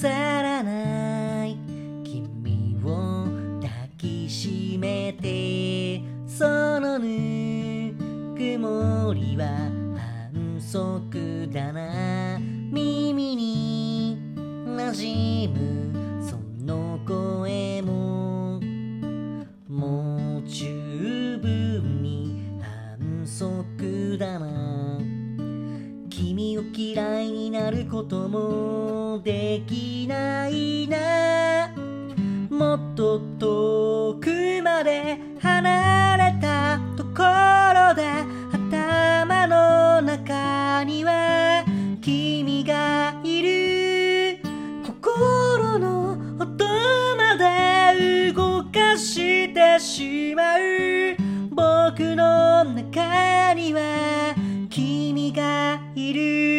腐らない君を抱きしめて、そのぬくもりは反則だな。耳に馴染むその声ももう十分に反則だな。君を嫌いになることもできないな。もっと遠くまで離れたところで、頭の中には君がいる。心の音まで動かしてしまう。僕の中には君がいる。